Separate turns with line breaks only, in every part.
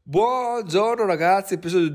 Buongiorno ragazzi, episodio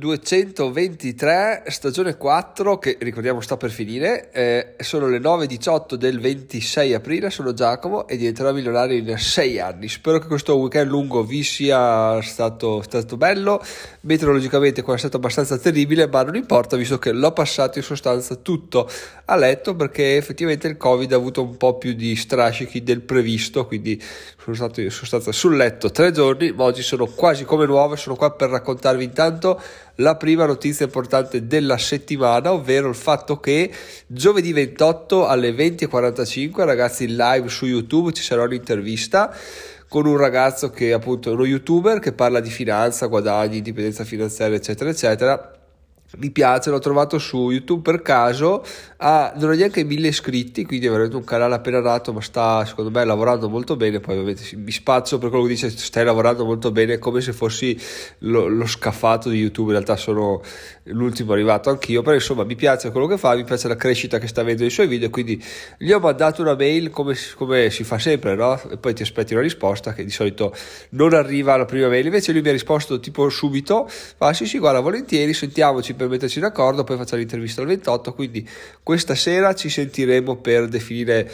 223, stagione 4 che ricordiamo sta per finire, sono le 9:18 del 26 aprile, sono Giacomo e diventerò milionario in 6 anni. Spero che questo weekend lungo vi sia stato bello, meteorologicamente qua è stato abbastanza terribile, ma non importa visto che l'ho passato in sostanza tutto a letto perché effettivamente il Covid ha avuto un po' più di strascichi del previsto, quindi sono stato in sostanza sul letto 3 giorni, ma oggi sono quasi come nuovo. Sono qua per raccontarvi intanto la prima notizia importante della settimana, ovvero il fatto che giovedì 28 alle 20:45, ragazzi, live su YouTube ci sarà un'intervista con un ragazzo che appunto è uno youtuber che parla di finanza, guadagni, indipendenza finanziaria, eccetera eccetera. Mi piace, l'ho trovato su YouTube per caso, non ha neanche 1000 iscritti, quindi è veramente un canale appena nato, ma sta secondo me lavorando molto bene. Poi ovviamente mi spazio per quello che dice, stai lavorando molto bene, come se fossi lo scafato di YouTube. In realtà sono l'ultimo arrivato anch'io, però insomma mi piace quello che fa, mi piace la crescita che sta avendo nei suoi video, quindi gli ho mandato una mail come si fa sempre, no? E poi ti aspetti una risposta che di solito non arriva alla prima mail, invece lui mi ha risposto tipo subito, fa sì guarda, volentieri, sentiamoci per metterci d'accordo, poi facciamo l'intervista al 28, quindi questa sera ci sentiremo per definire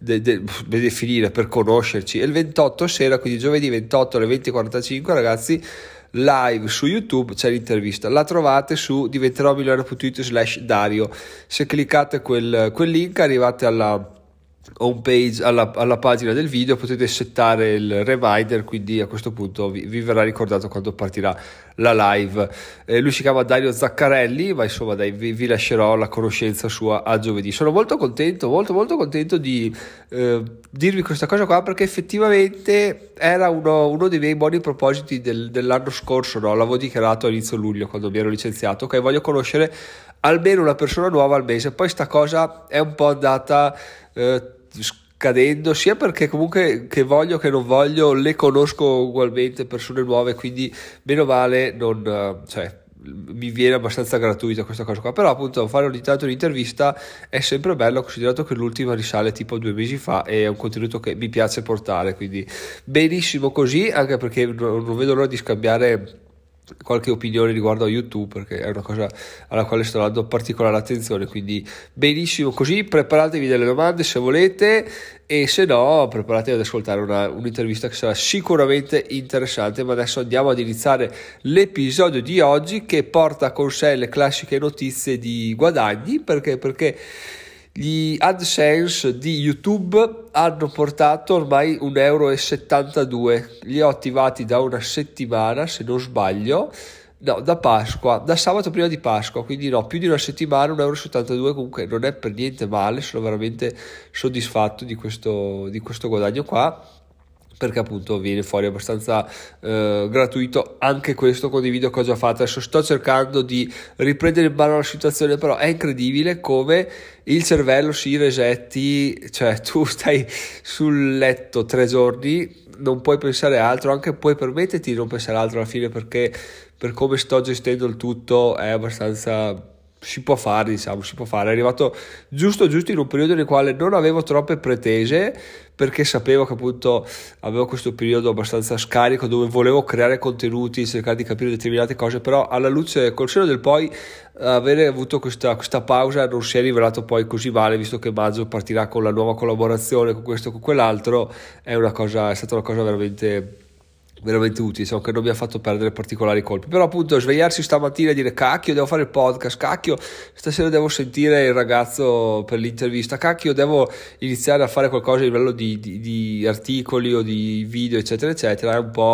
per conoscerci, e il 28 sera, quindi giovedì 28 alle 20:45, ragazzi, live su YouTube c'è l'intervista, la trovate su diventeromilionario.it/Dario. Se cliccate quel link arrivate alla home page, alla pagina del video, potete settare il reminder, quindi a questo punto vi verrà ricordato quando partirà la live. Lui si chiama Dario Zaccarelli, ma insomma dai, vi lascerò la conoscenza sua a giovedì. Sono molto contento, molto contento di dirvi questa cosa qua, perché effettivamente era uno dei miei buoni propositi dell'anno scorso, no? L'avevo dichiarato a inizio luglio quando mi ero licenziato, ok, voglio conoscere almeno una persona nuova al mese. Poi sta cosa è un po' andata scadendo, sia perché comunque che voglio che non voglio le conosco ugualmente persone nuove, quindi meno male non mi viene abbastanza gratuita questa cosa qua. Però appunto fare ogni tanto un'intervista è sempre bello, considerato che l'ultima risale tipo 2 mesi fa e è un contenuto che mi piace portare, quindi benissimo così, anche perché non vedo l'ora di scambiare qualche opinione riguardo a YouTube, perché è una cosa alla quale sto dando particolare attenzione, quindi benissimo così. Preparatevi delle domande se volete, e se no preparatevi ad ascoltare un'intervista che sarà sicuramente interessante. Ma adesso andiamo ad iniziare l'episodio di oggi, che porta con sé le classiche notizie di guadagni, perché gli AdSense di YouTube hanno portato ormai 1,72 euro. Li ho attivati da una settimana, se non sbaglio, no, da Pasqua, da sabato prima di Pasqua, quindi no, più di una settimana, 1,72 euro. Comunque non è per niente male, sono veramente soddisfatto di questo guadagno qua, perché appunto viene fuori abbastanza gratuito. Anche questo condivido che ho già fatto. Adesso sto cercando di riprendere in mano la situazione, però è incredibile come il cervello si resetti, cioè tu stai sul letto 3 giorni, non puoi pensare altro, anche puoi permetterti di non pensare altro alla fine, perché per come sto gestendo il tutto è abbastanza, si può fare, diciamo, si può fare. È arrivato giusto in un periodo nel quale non avevo troppe pretese, perché sapevo che appunto avevo questo periodo abbastanza scarico dove volevo creare contenuti, cercare di capire determinate cose, però alla luce, col seno del poi, avere avuto questa pausa non si è rivelato poi così male, visto che maggio partirà con la nuova collaborazione con questo, con quell'altro. È stata una cosa veramente utile, diciamo, che non mi ha fatto perdere particolari colpi. Però appunto svegliarsi stamattina e dire cacchio devo fare il podcast, cacchio stasera devo sentire il ragazzo per l'intervista, cacchio devo iniziare a fare qualcosa a livello di articoli o di video eccetera eccetera,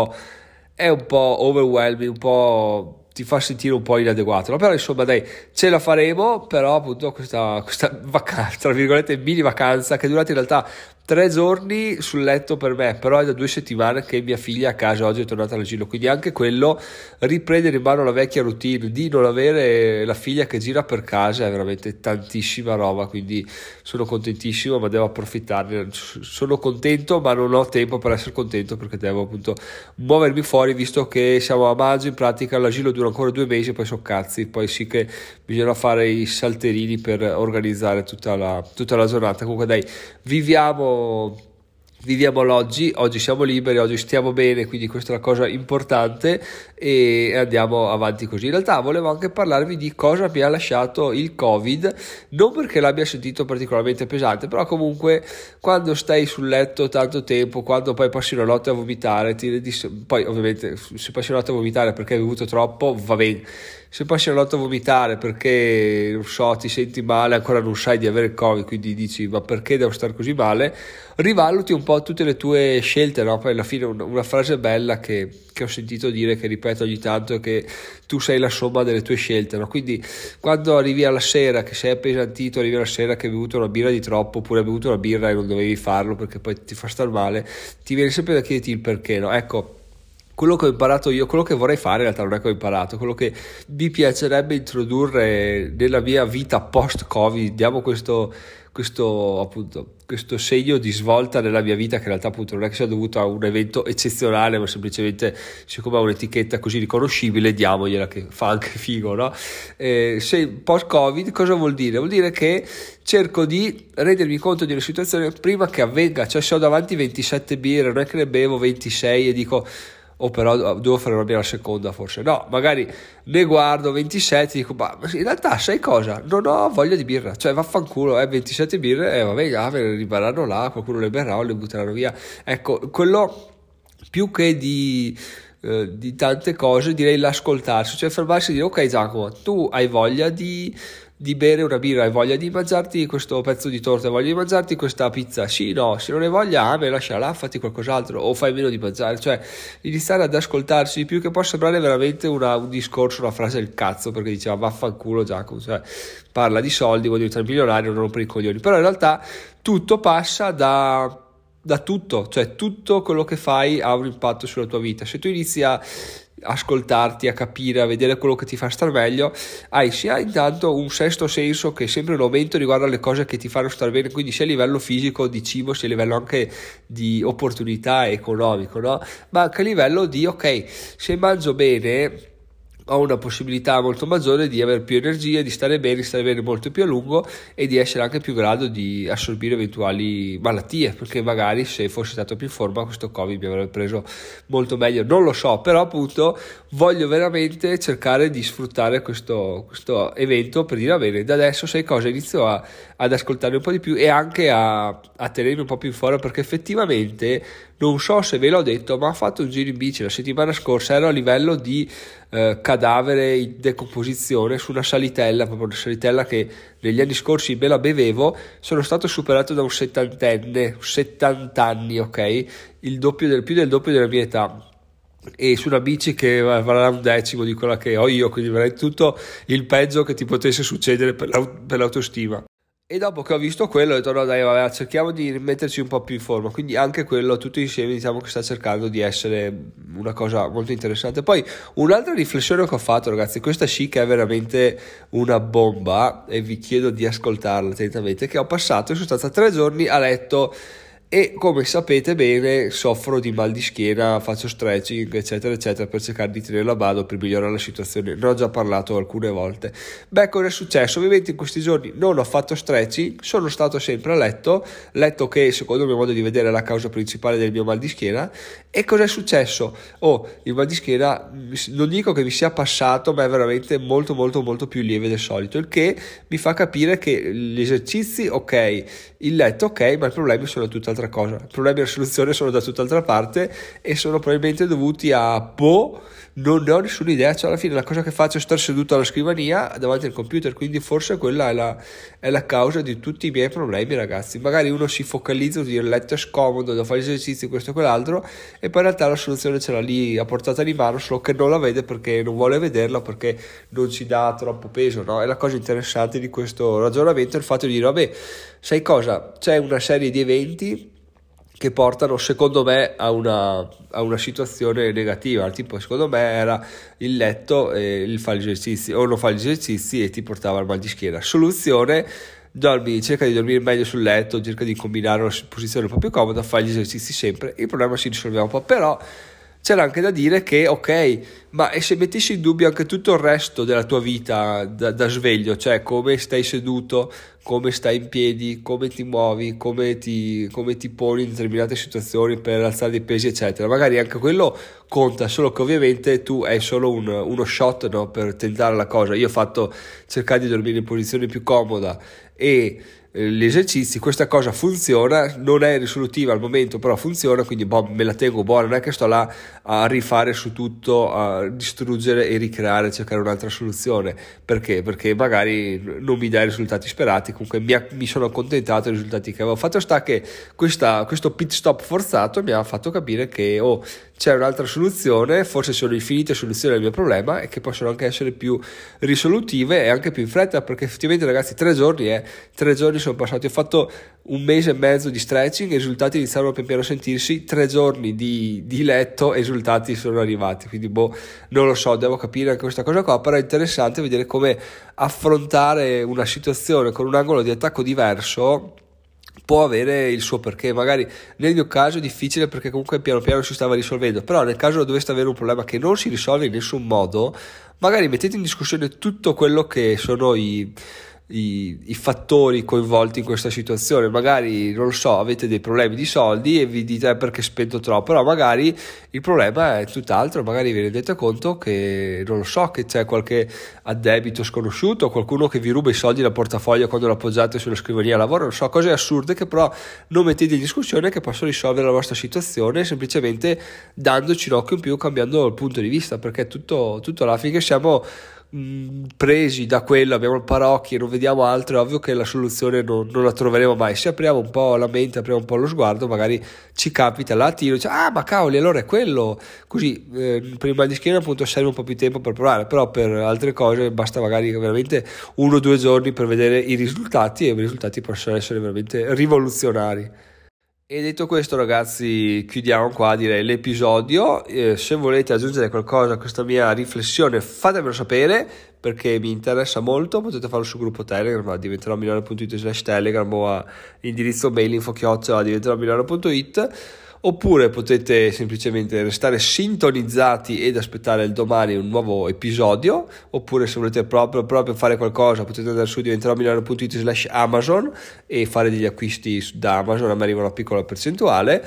è un po' overwhelming, un po' ti fa sentire un po' inadeguato, no? Però insomma dai, ce la faremo. Però appunto questa vacanza, tra virgolette mini vacanza, che è durata in realtà 3 giorni sul letto per me, però è da 2 settimane che mia figlia a casa, oggi è tornata all'asilo, quindi anche quello, riprendere in mano la vecchia routine di non avere la figlia che gira per casa, è veramente tantissima roba, quindi sono contentissimo, ma devo approfittarne. Sono contento, ma non ho tempo per essere contento, perché devo appunto muovermi fuori, visto che siamo a maggio, in pratica l'asilo dura ancora 2 mesi, poi so cazzi, poi sì che bisogna fare i salterini per organizzare tutta la giornata. Comunque dai, viviamo viviamo l'oggi, oggi siamo liberi, oggi stiamo bene, quindi questa è la cosa importante e andiamo avanti così. In realtà volevo anche parlarvi di cosa mi ha lasciato il Covid, non perché l'abbia sentito particolarmente pesante, però comunque quando stai sul letto tanto tempo, quando poi passi la notte a vomitare, poi ovviamente se passi la notte a vomitare perché hai bevuto troppo, va bene. Se passi la notte a vomitare perché, non so, ti senti male, ancora non sai di avere il Covid, quindi dici ma perché devo stare così male, rivaluti un po' tutte le tue scelte, no? Poi alla fine una frase bella che ho sentito dire, che ripeto ogni tanto, è che tu sei la somma delle tue scelte, no? Quindi quando arrivi alla sera che sei appesantito, arrivi alla sera che hai bevuto una birra di troppo, oppure hai bevuto una birra e non dovevi farlo perché poi ti fa star male, ti viene sempre da chiederti il perché, no? Ecco, quello che ho imparato io, quello che vorrei fare in realtà non è che ho imparato, quello che mi piacerebbe introdurre nella mia vita post-Covid, diamo questo appunto questo segno di svolta nella mia vita, che in realtà appunto non è che sia dovuto a un evento eccezionale, ma semplicemente siccome ha un'etichetta così riconoscibile diamogliela, che fa anche figo, no? Se post-Covid cosa vuol dire? Vuol dire che cerco di rendermi conto di una situazione prima che avvenga, cioè se ho davanti 27 birre, non è che ne bevo 26 e dico però devo fare una birra seconda, forse no, magari ne guardo 27 e dico ma in realtà sai cosa, non ho voglia di birra, cioè vaffanculo, 27 birre vabbè, me ne rimarranno là, qualcuno le berrà o le butteranno via. Ecco, quello più che di tante cose direi l'ascoltarsi, cioè fermarsi e dire ok Giacomo, tu hai voglia di bere una birra, hai voglia di mangiarti questo pezzo di torta, hai voglia di mangiarti questa pizza, sì, no, se non hai voglia, me lasciala, fatti qualcos'altro o fai meno di mangiare, cioè iniziare ad ascoltarsi, più che può sembrare veramente un discorso, una frase del cazzo, perché diceva vaffanculo Giacomo, cioè parla di soldi, vuoi diventare milionario, non rompere i coglioni, però in realtà tutto passa da tutto, cioè tutto quello che fai ha un impatto sulla tua vita. Se tu inizi a ascoltarti, a capire, a vedere quello che ti fa star meglio, hai sia intanto un sesto senso che è sempre in aumento riguardo alle cose che ti fanno star bene, quindi sia a livello fisico di cibo, sia a livello anche di opportunità economico, no? Ma anche a livello di ok, se mangio bene ho una possibilità molto maggiore di avere più energia, di stare bene molto più a lungo e di essere anche più in grado di assorbire eventuali malattie, perché magari se fossi stato più in forma questo Covid mi avrebbe preso molto meglio, non lo so, però appunto voglio veramente cercare di sfruttare questo evento per dire va bene, da adesso sai cosa, inizio ad ascoltarmi un po' di più e anche a tenermi un po' più in forma, perché effettivamente non so se ve l'ho detto, ma ho fatto un giro in bici la settimana scorsa, ero a livello di cadavere in decomposizione su una salitella, proprio una salitella che negli anni scorsi me la bevevo, sono stato superato da un settantenne, 70 anni, ok? Più del doppio della mia età, e su una bici che varrà un decimo di quella che ho io, quindi veramente tutto il peggio che ti potesse succedere per l'autostima. E dopo che ho visto quello ho detto no dai vabbè, cerchiamo di metterci un po' più in forma, quindi anche quello tutto insieme diciamo che sta cercando di essere una cosa molto interessante. Poi un'altra riflessione che ho fatto, ragazzi, questa sì che è veramente una bomba e vi chiedo di ascoltarla attentamente, che ho sono stata 3 giorni a letto e come sapete bene soffro di mal di schiena, faccio stretching eccetera eccetera per cercare di tenerla a bado, per migliorare la situazione, ne ho già parlato alcune volte. Cosa è successo? Ovviamente in questi giorni non ho fatto stretching, sono stato sempre a letto che secondo il mio modo di vedere è la causa principale del mio mal di schiena. E cosa è successo? Il mal di schiena non dico che mi sia passato, ma è veramente molto molto molto più lieve del solito, il che mi fa capire che gli esercizi ok, il letto ok, ma i problemi sono tutt'altra cosa, i problemi e la soluzione sono da tutt'altra parte e sono probabilmente dovuti a non ne ho nessuna idea, cioè alla fine la cosa che faccio è stare seduto alla scrivania davanti al computer, quindi forse quella è la causa di tutti i miei problemi, ragazzi. Magari uno si focalizza, dire il letto è scomodo, devo fare esercizi, questo e quell'altro, e poi in realtà la soluzione ce l'ha lì a portata di mano, solo che non la vede perché non vuole vederla, perché non ci dà troppo peso, no? E la cosa interessante di questo ragionamento è il fatto di dire vabbè, sai cosa, c'è una serie di eventi che portano secondo me a una situazione negativa, tipo secondo me era il letto e il fare gli esercizi, o non fare gli esercizi e ti portava al mal di schiena. Soluzione: cerca di dormire meglio sul letto, cerca di combinare una posizione un po' più comoda, fai gli esercizi sempre, il problema si risolveva un po', però c'era anche da dire che, ok, ma e se mettessi in dubbio anche tutto il resto della tua vita da sveglio, cioè come stai seduto, come stai in piedi, come ti muovi, come ti poni in determinate situazioni per alzare dei pesi, eccetera. Magari anche quello conta, solo che ovviamente tu hai solo uno shot, no, per tentare la cosa. Io ho fatto cercare di dormire in posizione più comoda e gli esercizi, questa cosa funziona, non è risolutiva al momento, però funziona, quindi me la tengo buona, non è che sto là a rifare su tutto, a distruggere e ricreare, cercare un'altra soluzione. Perché? Perché magari non mi dà i risultati sperati. Comunque mi sono accontentato dei risultati che avevo. Fatto sta che questo pit stop forzato mi ha fatto capire che c'è un'altra soluzione, forse sono infinite soluzioni al mio problema e che possono anche essere più risolutive e anche più in fretta, perché effettivamente, ragazzi, 3 giorni sono passati. Ho fatto 1 mese e mezzo di stretching e i risultati iniziarono pian piano a sentirsi. 3 giorni di letto e i risultati sono arrivati, quindi non lo so, devo capire anche questa cosa qua, però è interessante vedere come affrontare una situazione con un angolo di attacco diverso può avere il suo perché. Magari nel mio caso è difficile perché comunque piano piano si stava risolvendo, però nel caso doveste avere un problema che non si risolve in nessun modo, magari mettete in discussione tutto quello che sono i fattori coinvolti in questa situazione. Magari, non lo so, avete dei problemi di soldi e vi dite perché spendo troppo, però magari il problema è tutt'altro. Magari vi rendete conto che, non lo so, che c'è qualche addebito sconosciuto, qualcuno che vi ruba i soldi da portafoglio quando lo appoggiate sulla scrivania a lavoro, non so, cose assurde che però non mettete in discussione, che possono risolvere la vostra situazione semplicemente dandoci un occhio in più, cambiando il punto di vista, perché tutto là, finché siamo presi da quello, abbiamo il parocchio e non vediamo altro, è ovvio che la soluzione non la troveremo mai. Se apriamo un po' la mente, apriamo un po' lo sguardo, magari ci capita là, tiro, dice, ma cavoli, allora è quello, così per il mal di schiena appunto serve un po' più tempo per provare, però per altre cose basta magari veramente 1 o 2 giorni per vedere i risultati, e i risultati possono essere veramente rivoluzionari. E detto questo, ragazzi, chiudiamo qua, direi, l'episodio. Se volete aggiungere qualcosa a questa mia riflessione, fatemelo sapere, perché mi interessa molto. Potete farlo sul gruppo Telegram a diventeromilano.it/telegram o a indirizzo mail info@diventeromilano.it, oppure potete semplicemente restare sintonizzati ed aspettare il domani un nuovo episodio, oppure se volete proprio fare qualcosa potete andare su diventeromilano.it/Amazon e fare degli acquisti da Amazon, a me arriva una piccola percentuale.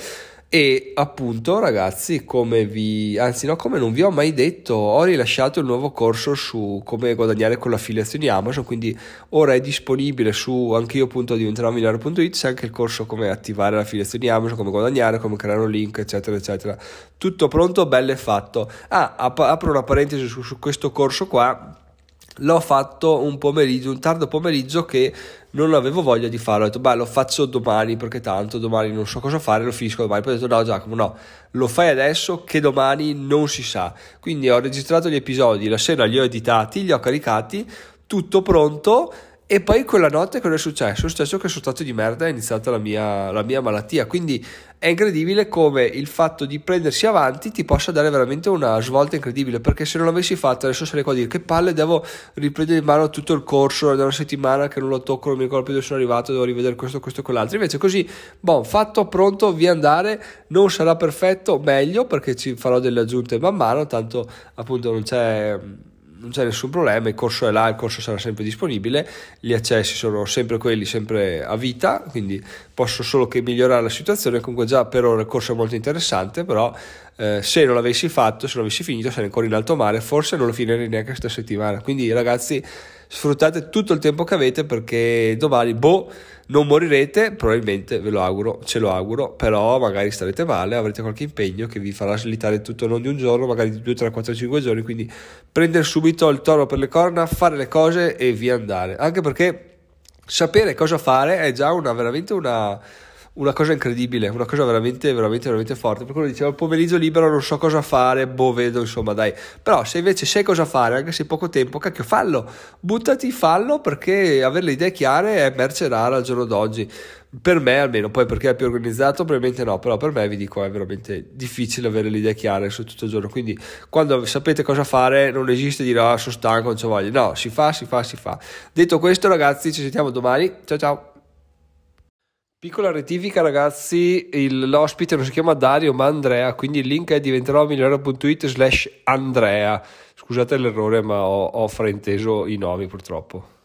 E appunto, ragazzi, come non vi ho mai detto, ho rilasciato il nuovo corso su come guadagnare con le affiliazioni Amazon, quindi ora è disponibile su anch'io.diventeromilano.it. c'è anche il corso come attivare le affiliazioni Amazon, come guadagnare, come creare un link, eccetera eccetera, tutto pronto, bello e fatto. Apro una parentesi su questo corso qua. L'ho fatto un tardo pomeriggio, che non avevo voglia di farlo. Ho detto lo faccio domani, perché tanto domani non so cosa fare, lo finisco domani. Poi ho detto no Giacomo, no, lo fai adesso che domani non si sa. Quindi ho registrato gli episodi, la sera li ho editati, li ho caricati, tutto pronto. E poi quella notte cosa è successo? È successo che sono stato di merda, è iniziata la mia malattia. Quindi è incredibile come il fatto di prendersi avanti ti possa dare veramente una svolta incredibile, perché se non l'avessi fatto adesso sarei qua a dire che palle, devo riprendere in mano tutto il corso, da una settimana che non lo tocco, non mi ricordo più dove sono arrivato, devo rivedere questo e quell'altro. Invece così, fatto, pronto, via andare. Non sarà perfetto, meglio, perché ci farò delle aggiunte man mano, tanto appunto non c'è nessun problema, il corso è là, il corso sarà sempre disponibile, gli accessi sono sempre quelli, sempre a vita, quindi posso solo che migliorare la situazione. Comunque già per ora il corso è molto interessante, però se non l'avessi fatto, se non avessi finito, sarei ancora in alto mare, forse non lo finirei neanche questa settimana. Quindi ragazzi, sfruttate tutto il tempo che avete, perché domani non morirete, probabilmente, ve lo auguro, ce lo auguro, però magari starete male, avrete qualche impegno che vi farà slittare tutto, non di un giorno, magari di 2, 3, 4, 5 giorni. Quindi prendere subito il toro per le corna, fare le cose e via andare, anche perché sapere cosa fare è già veramente una cosa incredibile, una cosa veramente veramente veramente forte. Per quello dicevo, il pomeriggio libero non so cosa fare, vedo, insomma, dai. Però se invece sai cosa fare, anche se hai poco tempo, cacchio, fallo, perché avere le idee chiare è merce rara al giorno d'oggi, per me almeno. Poi perché è più organizzato probabilmente no, però per me, vi dico, è veramente difficile avere le idee chiare su tutto il giorno. Quindi quando sapete cosa fare non esiste dire sono stanco, non c'ho voglia, no, si fa. Detto questo, ragazzi, ci sentiamo domani, ciao ciao. Piccola rettifica ragazzi, l'ospite non si chiama Dario ma Andrea, quindi il link è diventeròmigliore.it/Andrea. Scusate l'errore ma ho frainteso i nomi purtroppo.